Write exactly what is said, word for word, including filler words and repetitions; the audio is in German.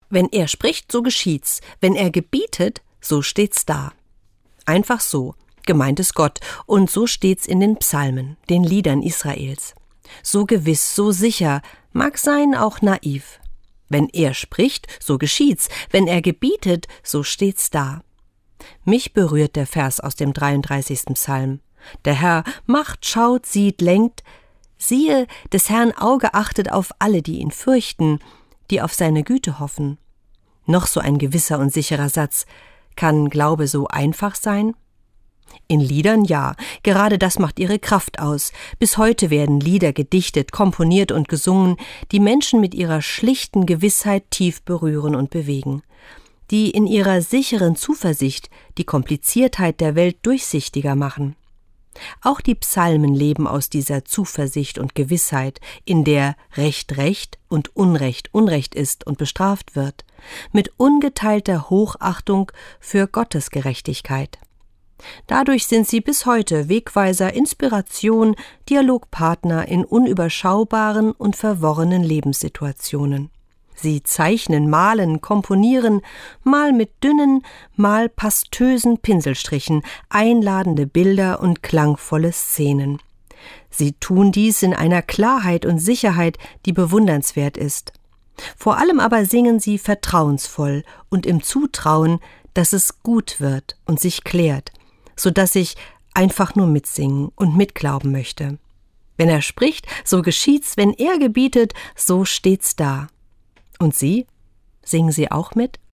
Wenn er spricht, so geschieht's. Wenn er gebietet, so steht's da. Einfach so, gemeint ist Gott. Und so steht's in den Psalmen, den Liedern Israels. So gewiss, so sicher, mag sein auch naiv. Wenn er spricht, so geschieht's. Wenn er gebietet, so steht's da. Mich berührt der Vers aus dem dreiunddreißigsten Psalm. Der Herr macht, schaut, sieht, lenkt. Siehe, des Herrn Auge achtet auf alle, die ihn fürchten, die auf seine Güte hoffen. Noch so ein gewisser und sicherer Satz. Kann Glaube so einfach sein? In Liedern ja, gerade das macht ihre Kraft aus. Bis heute werden Lieder gedichtet, komponiert und gesungen, die Menschen mit ihrer schlichten Gewissheit tief berühren und bewegen, die in ihrer sicheren Zuversicht die Kompliziertheit der Welt durchsichtiger machen. Auch die Psalmen leben aus dieser Zuversicht und Gewissheit, in der Recht Recht und Unrecht Unrecht ist und bestraft wird, mit ungeteilter Hochachtung für Gottes Gerechtigkeit. Dadurch sind sie bis heute Wegweiser, Inspiration, Dialogpartner in unüberschaubaren und verworrenen Lebenssituationen. Sie zeichnen, malen, komponieren, mal mit dünnen, mal pastösen Pinselstrichen, einladende Bilder und klangvolle Szenen. Sie tun dies in einer Klarheit und Sicherheit, die bewundernswert ist. Vor allem aber singen sie vertrauensvoll und im Zutrauen, dass es gut wird und sich klärt, so dass ich einfach nur mitsingen und mitglauben möchte. Wenn er spricht, so geschieht's, wenn er gebietet, so steht's da. Und Sie? Singen Sie auch mit?